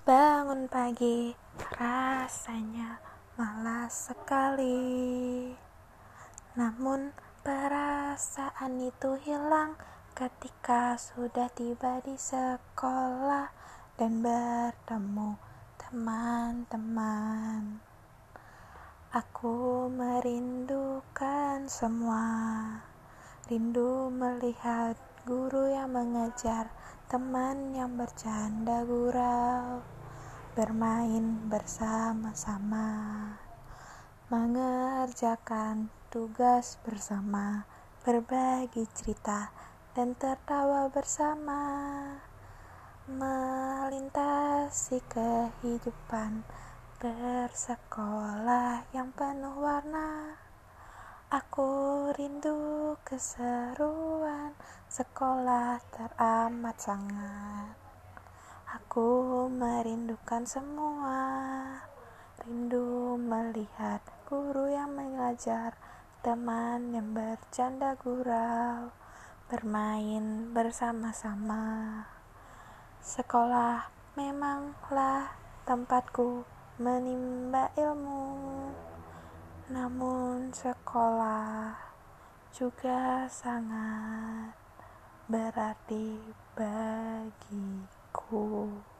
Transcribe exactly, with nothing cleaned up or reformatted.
Bangun pagi, rasanya malas sekali. Namun perasaan itu hilang ketika sudah tiba di sekolah dan bertemu teman-teman. Aku merindukan semua. Rindu melihat guru yang mengajar, teman yang bercanda gurau, bermain bersama-sama, mengerjakan tugas bersama, berbagi cerita dan tertawa bersama, melintasi kehidupan bersekolah yang penuh warna. Aku rindu keseruan sekolah teramat sangat. Aku merindukan semua. Rindu melihat guru yang mengajar, teman yang bercanda gurau, bermain bersama-sama. Sekolah memanglah tempatku menimba ilmu. Namun sekolah juga sangat berarti bagiku.